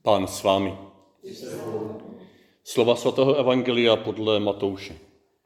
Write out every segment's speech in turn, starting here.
Pán s vámi. Slova svatého evangelia podle Matouše.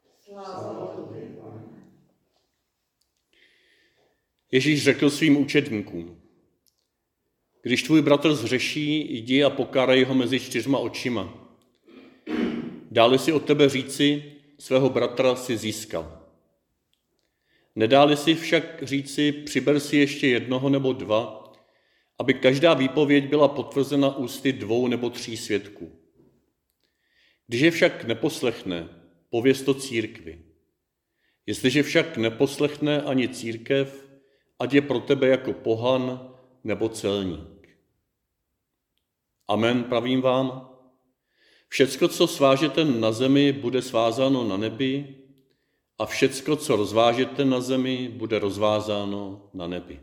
Ježíš řekl svým učedníkům: Když tvůj bratr zhřeší, jdi a pokárej ho mezi 4 očima. Dáli si od tebe říci, svého bratra si získal. Nedáli si však říci, přiber si ještě 1 nebo 2, aby každá výpověď byla potvrzena ústy 2 nebo 3 svědků. Když je však neposlechne, pověz to církvi. Jestliže však neposlechne ani církev, ať je pro tebe jako pohan nebo celník. Amen, pravím vám, všecko, co svážete na zemi, bude svázáno na nebi, a všecko, co rozvážete na zemi, bude rozvázáno na nebi.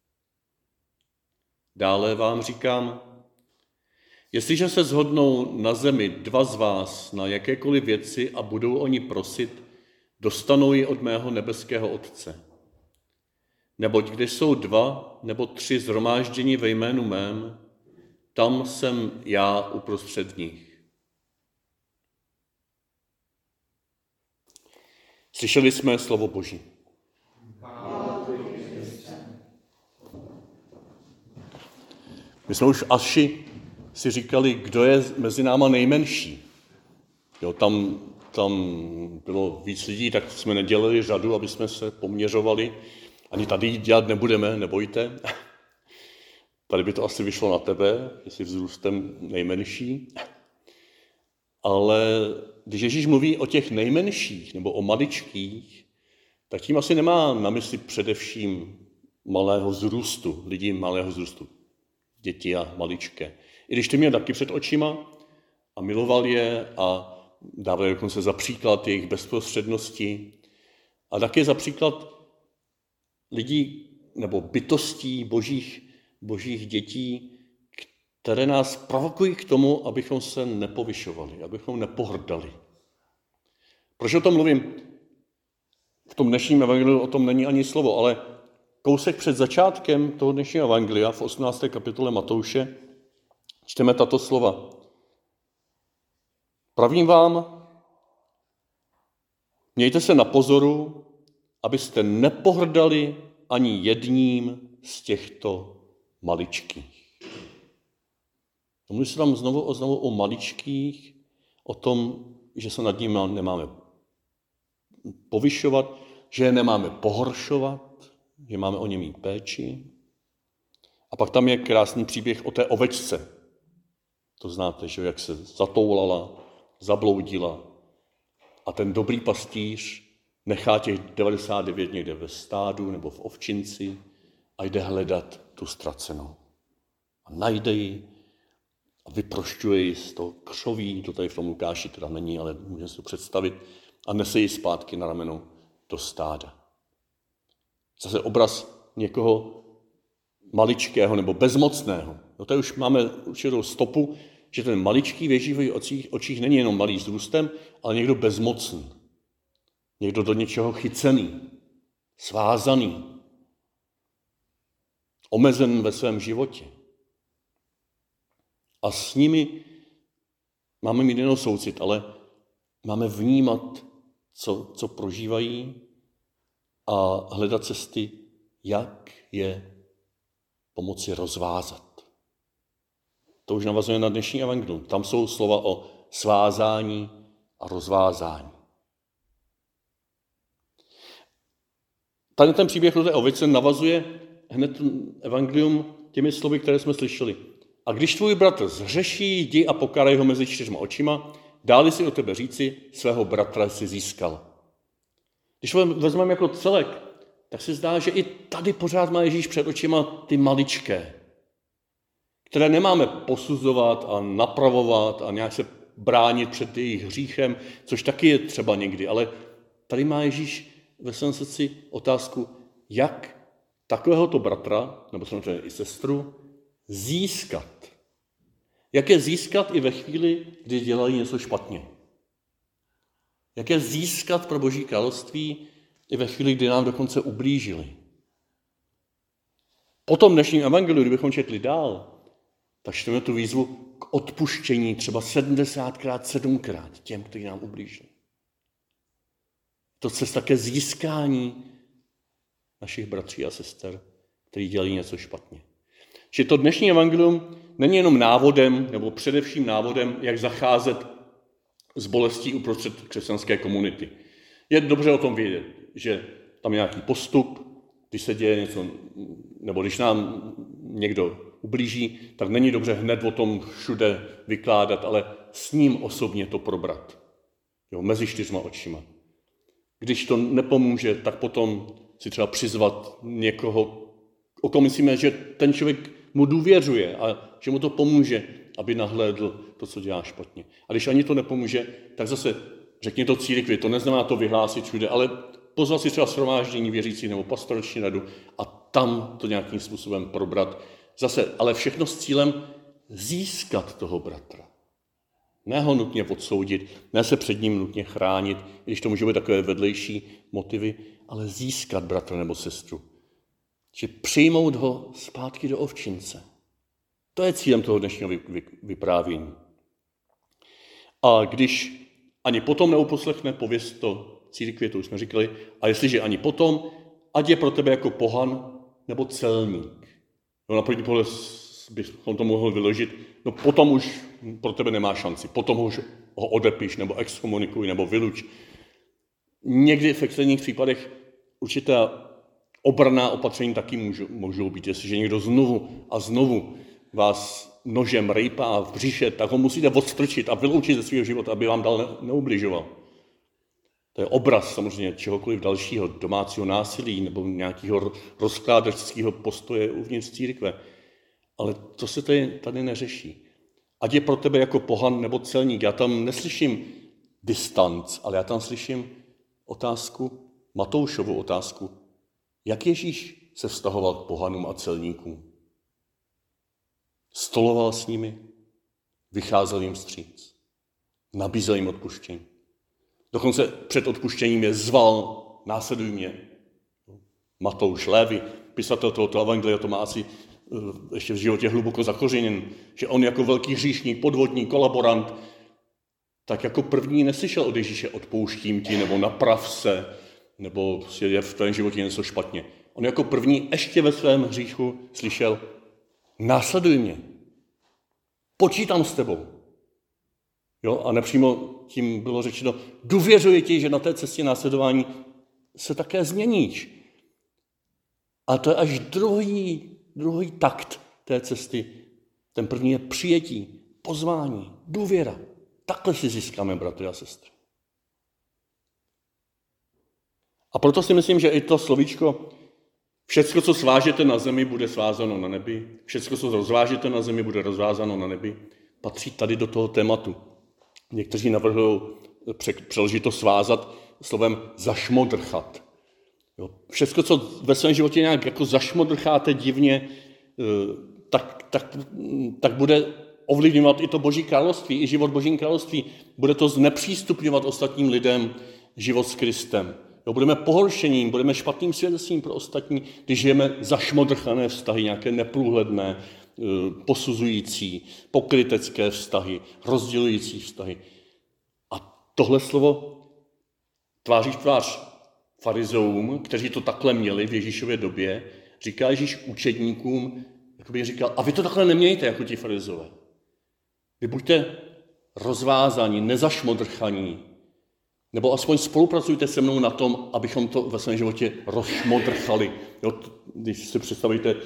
Dále vám říkám, jestliže se shodnou na zemi 2 z vás na jakékoliv věci a budou oni prosit, dostanou ji od mého nebeského Otce. Neboť když jsou 2 nebo 3 shromážděni ve jménu mém, tam jsem já uprostřed nich. Slyšeli jsme slovo Boží. My jsme už asi si říkali, kdo je mezi náma nejmenší. Jo, tam bylo víc lidí, tak jsme nedělali řadu, aby jsme se poměřovali. Ani tady ji dělat nebudeme, nebojte. Tady by to asi vyšlo na tebe, jestli vzrůstem nejmenší. Ale když Ježíš mluví o těch nejmenších nebo o maličkých, tak tím asi nemá na mysli především malého vzrůstu, lidí malého vzrůstu, děti a maličké. I když ty měl taky před očima a miloval je a dával dokonce za příklad jejich bezprostřednosti a taky za příklad lidí nebo bytostí božích dětí, které nás provokují k tomu, abychom se nepovyšovali, abychom nepohrdali. Proč o tom mluvím? V tom dnešním evangeliu o tom není ani slovo, ale kousek před začátkem toho dnešního evangelia v 18. kapitole Matouše čteme tato slova. Pravím vám, mějte se na pozoru, abyste nepohrdali ani jedním z těchto maličkých. Mluví se tam znovu o maličkých, o tom, že se nad nimi nemáme povyšovat, že je nemáme pohoršovat, že máme o ně mít péči. A pak tam je krásný příběh o té ovečce. To znáte, že jak se zatoulala, zabloudila a ten dobrý pastýř nechá těch 99 někde ve stádu nebo v ovčinci a jde hledat tu ztracenou. A najde ji a vyprošťuje ji z toho křoví, to tady v tom Lukáši teda není, ale můžeme si to představit, a nese ji zpátky na rameno do stáda. Zase obraz někoho maličkého nebo bezmocného. No tady už máme určitou stopu, že ten maličký v Ježíšových očích není jenom malý vzrůstem, ale někdo bezmocný. Někdo do něčeho chycený, svázaný, omezen ve svém životě. A s nimi máme mít jenom soucit, ale máme vnímat, co prožívají a hledat cesty, jak je pomoci rozvázat. To už navazuje na dnešní evangelium. Tam jsou slova o svázání a rozvázání. Tady ten příběh o té ovice navazuje hned evangelium těmi slovy, které jsme slyšeli. A když tvůj bratr zhřeší, jdi a pokárej ho mezi 4 očima, dáli si o tebe říci, svého bratra si získal. Když ho vezmeme jako celek, tak se zdá, že i tady pořád má Ježíš před očima ty maličké, které nemáme posuzovat a napravovat a nějak se bránit před jejich hříchem, což taky je třeba někdy, ale tady má Ježíš ve svém srdci otázku, jak takovéhoto bratra, nebo samozřejmě i sestru, získat. Jak je získat i ve chvíli, kdy dělají něco špatně. Jak je získat pro Boží království i ve chvíli, kdy nám dokonce ublížili. Po tom dnešním evangeliu, kdybychom četli dál, tak čteme tu výzvu k odpuštění třeba 70krát, 7krát těm, kteří nám ublížili. To cesta ke získání našich bratří a sester, kteří dělají něco špatně. Že to dnešní evangelium není jenom návodem, nebo především návodem, jak zacházet s bolestí uprostřed křesťanské komunity. Je dobře o tom vědět, že tam je nějaký postup, když se děje něco, nebo když nám někdo ublíží, tak není dobře hned o tom všude vykládat, ale s ním osobně to probrat. Jo, mezi 4 očima. Když to nepomůže, tak potom si třeba přizvat někoho, o kom myslíme, že ten člověk mu důvěřuje a že mu to pomůže, aby nahlédl to, co dělá špatně. A když ani to nepomůže, tak zase řekni to církvi, to neznamená to vyhlásit všude, ale pozvat si třeba shromáždění věřící nebo pastorační radu a tam to nějakým způsobem probrat. Zase, ale všechno s cílem získat toho bratra. Ne ho nutně odsoudit, ne se před ním nutně chránit, když to může být takové vedlejší motivy, ale získat bratra nebo sestru. Že přijmout ho zpátky do ovčince. To je cílem toho dnešního vyprávění. A když ani potom neuposlechne, pověz to církvi, to už jsme říkali, a jestliže ani potom, ať je pro tebe jako pohan nebo celník. No, na první pohled bychom to mohli vyložit, no potom už pro tebe nemá šanci, potom už ho odepiš, nebo exkomunikuj, nebo vyluč. Někdy v extrémních případech určitá obranná opatření taky můžou být. Jestliže někdo znovu a znovu vás nožem rejpá v břiše, tak ho musíte odstrčit a vyloučit ze svého života, aby vám dál neubližoval. To je obraz samozřejmě čehokoliv dalšího, domácího násilí nebo nějakého rozkládačského postoje uvnitř církve. Ale to se tady neřeší. Ať je pro tebe jako pohan nebo celník. Já tam neslyším distanc, ale já tam slyším otázku, Matoušovu otázku. Jak Ježíš se vztahoval k pohanům a celníkům? Stoloval s nimi, vycházel jim vstříc, nabízel jim odpuštění. Dokonce před odpuštěním je zval, následuj mě. Matouš, Lévi, pisatel tohoto evangelia, to má asi ještě v životě hluboko zakořeněn, že on jako velký hříšník, podvodník, kolaborant, tak jako první neslyšel od Ježíše odpouštím ti, nebo naprav se, nebo je v tvém životě něco špatně. On jako první ještě ve svém hříchu slyšel, následuj mě, počítám s tebou. Jo? A nepřímo tím bylo řečeno, důvěřuji ti, že na té cestě následování se také změníš. A to je až druhý takt té cesty. Ten první je přijetí, pozvání, důvěra. Takhle si získáme, bratry a sestry. A proto si myslím, že i to slovíčko, všecko, co svážete na zemi, bude svázáno na nebi. Všecko, co rozvážete na zemi, bude rozvázáno na nebi. Patří tady do toho tématu. Někteří navrhují přeložit to svázat slovem zašmodrchat. Jo. Všecko, co ve svém životě nějak jako zašmodrcháte divně, tak bude ovlivňovat i to Boží království, i život Božím království. Bude to znepřístupňovat ostatním lidem život s Kristem. Jo, budeme pohoršením, budeme špatným svědectvím pro ostatní, když žijeme zašmodrchané vztahy, nějaké neprůhledné, posuzující, pokrytecké vztahy, rozdělující vztahy. A tohle slovo tváří v tvář farizeům, kteří to takhle měli v Ježíšově době, říká Ježíš učedníkům, jakoby říkal, a vy to takhle nemějte jako ti farizové. Vy buďte rozvázaní, nezašmodrchaní, nebo aspoň spolupracujte se mnou na tom, abychom to ve svém životě rozšmodrchali. Jo, když si představíte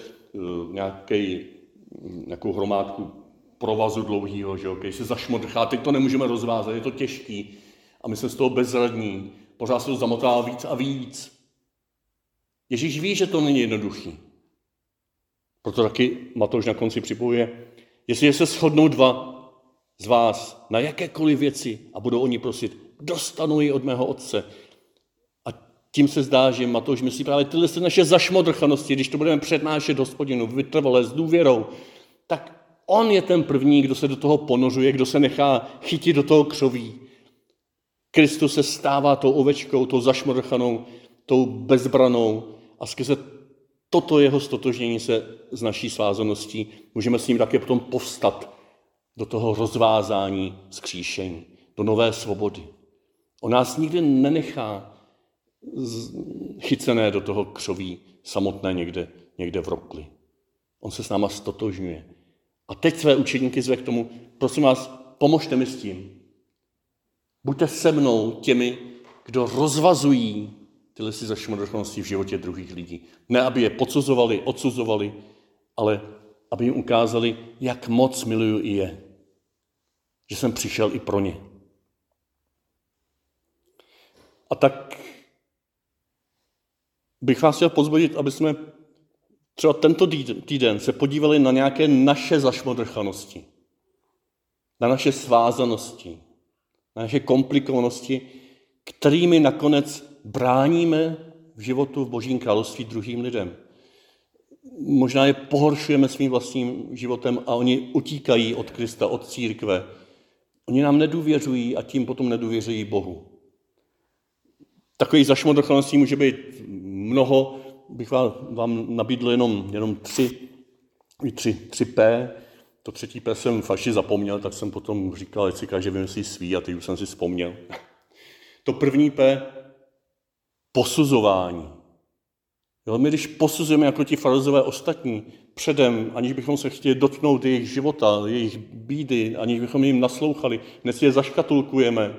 nějakou hromádku provazu dlouhýho, že když se zašmodrchá, teď to nemůžeme rozvázat, je to těžký a my jsme z toho bezradní, pořád se to zamotá víc a víc. Ježíš ví, že to není jednoduchý. Proto taky Matouš na konci připojuje, jestli se shodnou dva z vás na jakékoliv věci a budou oni prosit, dostanou ji od mého otce. A tím se zdá, že Matouš myslí právě tyhle naše zašmodrchanosti, když to budeme přednášet Hospodinu vytrvale s důvěrou, tak on je ten první, kdo se do toho ponořuje, kdo se nechá chytit do toho křoví. Kristus se stává tou ovečkou, tou zašmodrchanou, tou bezbranou a skrze toto jeho stotožnění se s naší svázaností, můžeme s ním také potom povstat do toho rozvázání vzkříšení, do nové svobody. On nás nikdy nenechá chycené do toho křoví samotné někde v rokli. On se s náma stotožňuje. A teď své učedníky zve k tomu, prosím vás, pomožte mi s tím. Buďte se mnou těmi, kdo rozvazují tyhle si zašmodrchnosti v životě druhých lidí. Ne, aby je podsuzovali, odsuzovali, ale aby jim ukázali, jak moc miluju i je. Že jsem přišel i pro ně. A tak bych vás chtěl pozbudit, aby jsme třeba tento týden se podívali na nějaké naše zašmodrchanosti, na naše svázanosti, na naše komplikovanosti, kterými nakonec bráníme v životu v Božím království druhým lidem. Možná je pohoršujeme svým vlastním životem a oni utíkají od Krista, od církve. Oni nám nedůvěřují a tím potom nedůvěřují Bohu. Takových zašmodrchaností může být mnoho, bych vám nabídl jenom tři P. To třetí P jsem fakt zapomněl, tak jsem potom říkal, ať si každý vymyslí svý a teď už jsem si vzpomněl. To první P, posuzování. Jo, my když posuzujeme jako ti farizové ostatní předem, aniž bychom se chtěli dotknout jejich života, jejich bídy, aniž bychom jim naslouchali, dnes je zaškatulkujeme,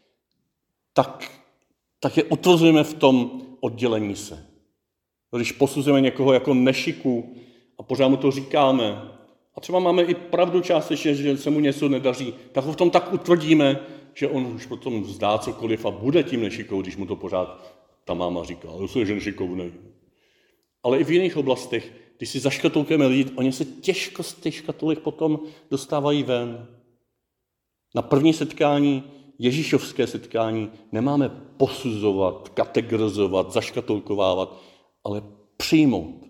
tak je utvrzujeme v tom oddělení se. Když posuzujeme někoho jako nešiku a pořád mu to říkáme, a třeba máme i pravdu částečně, že se mu něco nedaří, tak ho v tom tak utvrdíme, že on už potom vzdá cokoliv a bude tím nešikou, když mu to pořád ta máma říká. Ale to je, že nešikovnej. Ale i v jiných oblastech, když si zaškatulkujeme lidi, oni se těžko z těch škatulek potom dostávají ven. Na první setkání, ježíšovské setkání, nemáme posuzovat, kategorizovat, zaškatulkovávat, ale přijmout.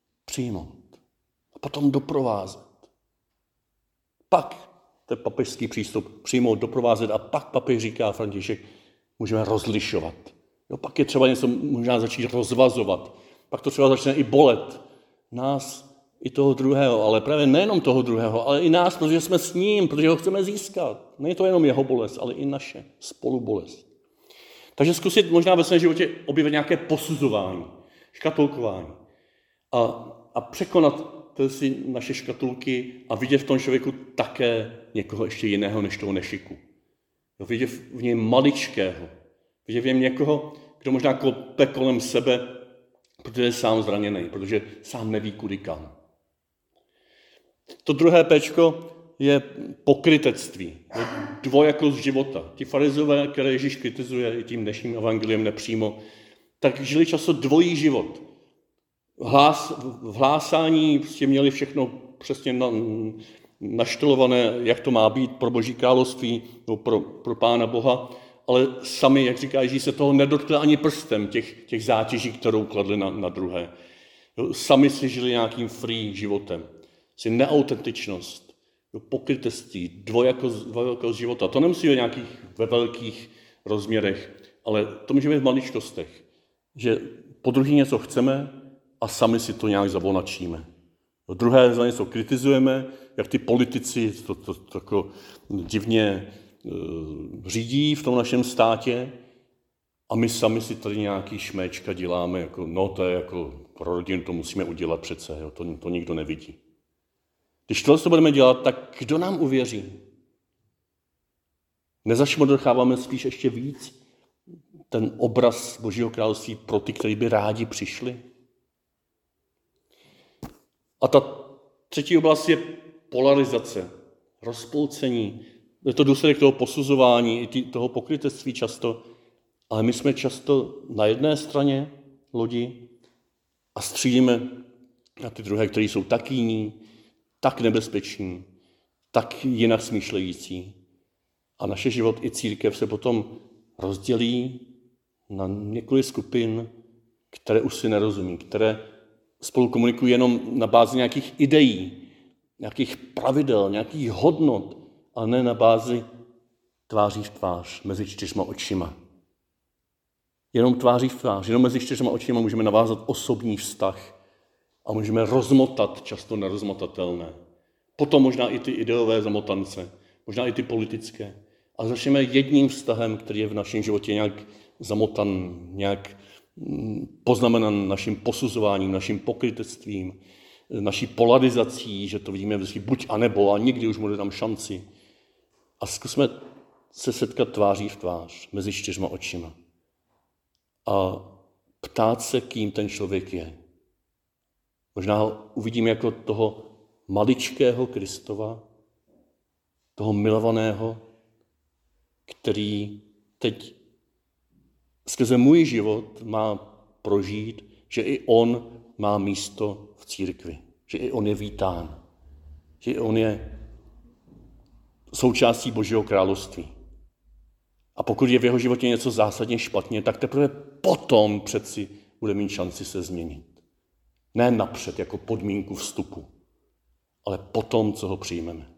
A potom doprovázet. Pak, to je papežský přístup, přijmout, doprovázet a pak papež říká František, můžeme rozlišovat. Jo, pak je třeba něco možná začít rozvazovat. Pak to třeba začne i bolet. Nás i toho druhého, ale právě nejenom toho druhého, ale i nás, protože jsme s ním, protože ho chceme získat. Není to jenom jeho bolest, ale i naše spolubolest. Takže zkusit možná ve svém životě objevit nějaké posuzování, škatulkování a překonat si naše škatulky a vidět v tom člověku také někoho ještě jiného než toho nešiku. Vidět v něm maličkého, vidět v něm někoho, kdo možná kope kolem sebe, protože je sám zraněný, protože sám neví kudy kam. To druhé péčko je pokrytectví, je dvojakost života. Ti farizové, které Ježíš kritizuje i tím dnešním evangeliem nepřímo, tak žili často dvojí život. V hlásání prostě měli všechno přesně naštolované, jak to má být pro Boží království, no pro Pána Boha, ale sami, jak říká Ježíš, se toho nedotkli ani prstem, těch zátěží, kterou kladli na druhé. Sami si žili nějakým free životem. Neautentičnost, pokrytectví, dvojakost života. To nemusí být nějakých ve velkých rozměrech, ale to může být v maličkostech. Že po druhý něco chceme a sami si to nějak zavonačíme. Druhé za něco kritizujeme, jak ty politici to jako divně řídí v tom našem státě a my sami si tady nějaký šméčka děláme, jako, no to je jako pro rodinu, to musíme udělat přece, jo, to nikdo nevidí. Když tohle budeme dělat, tak kdo nám uvěří? Nezašmodrcháváme spíš ještě víc ten obraz Božího království pro ty, kteří by rádi přišli? A ta třetí oblast je polarizace, rozpolcení. Je to důsledek toho posuzování, i toho pokrytectví často, ale my jsme často na jedné straně lodi a střídíme na ty druhé, kteří jsou tak jiní, tak nebezpeční, tak jinak smýšlející. A naše život i církev se potom rozdělí na několik skupin, které už si nerozumí, které spolu komunikují jenom na bázi nějakých ideí, nějakých pravidel, nějakých hodnot, ale ne na bázi tváří v tvář, mezi čtyřma očima. Jenom tváří v tvář, jenom mezi čtyřma očima můžeme navázat osobní vztah a můžeme rozmotat často nerozmotatelné. Potom možná i ty ideové zamotance, možná i ty politické. A začneme jedním vztahem, který je v našem životě nějak zamotan, nějak poznamenan naším posuzováním, naším pokrytectvím, naší polarizací, že to vidíme vždycky buď a nebo a nikdy už bude tam šanci. A zkusme se setkat tváří v tvář, mezi 4 očima. A ptát se, kým ten člověk je. Možná ho uvidíme jako toho maličkého Kristova, toho milovaného, který teď skrze můj život má prožít, že i on má místo v církvi, že i on je vítán, že i on je součástí Božího království. A pokud je v jeho životě něco zásadně špatně, tak teprve potom přeci bude mít šanci se změnit. Ne napřed jako podmínku vstupu, ale potom, co ho přijmeme.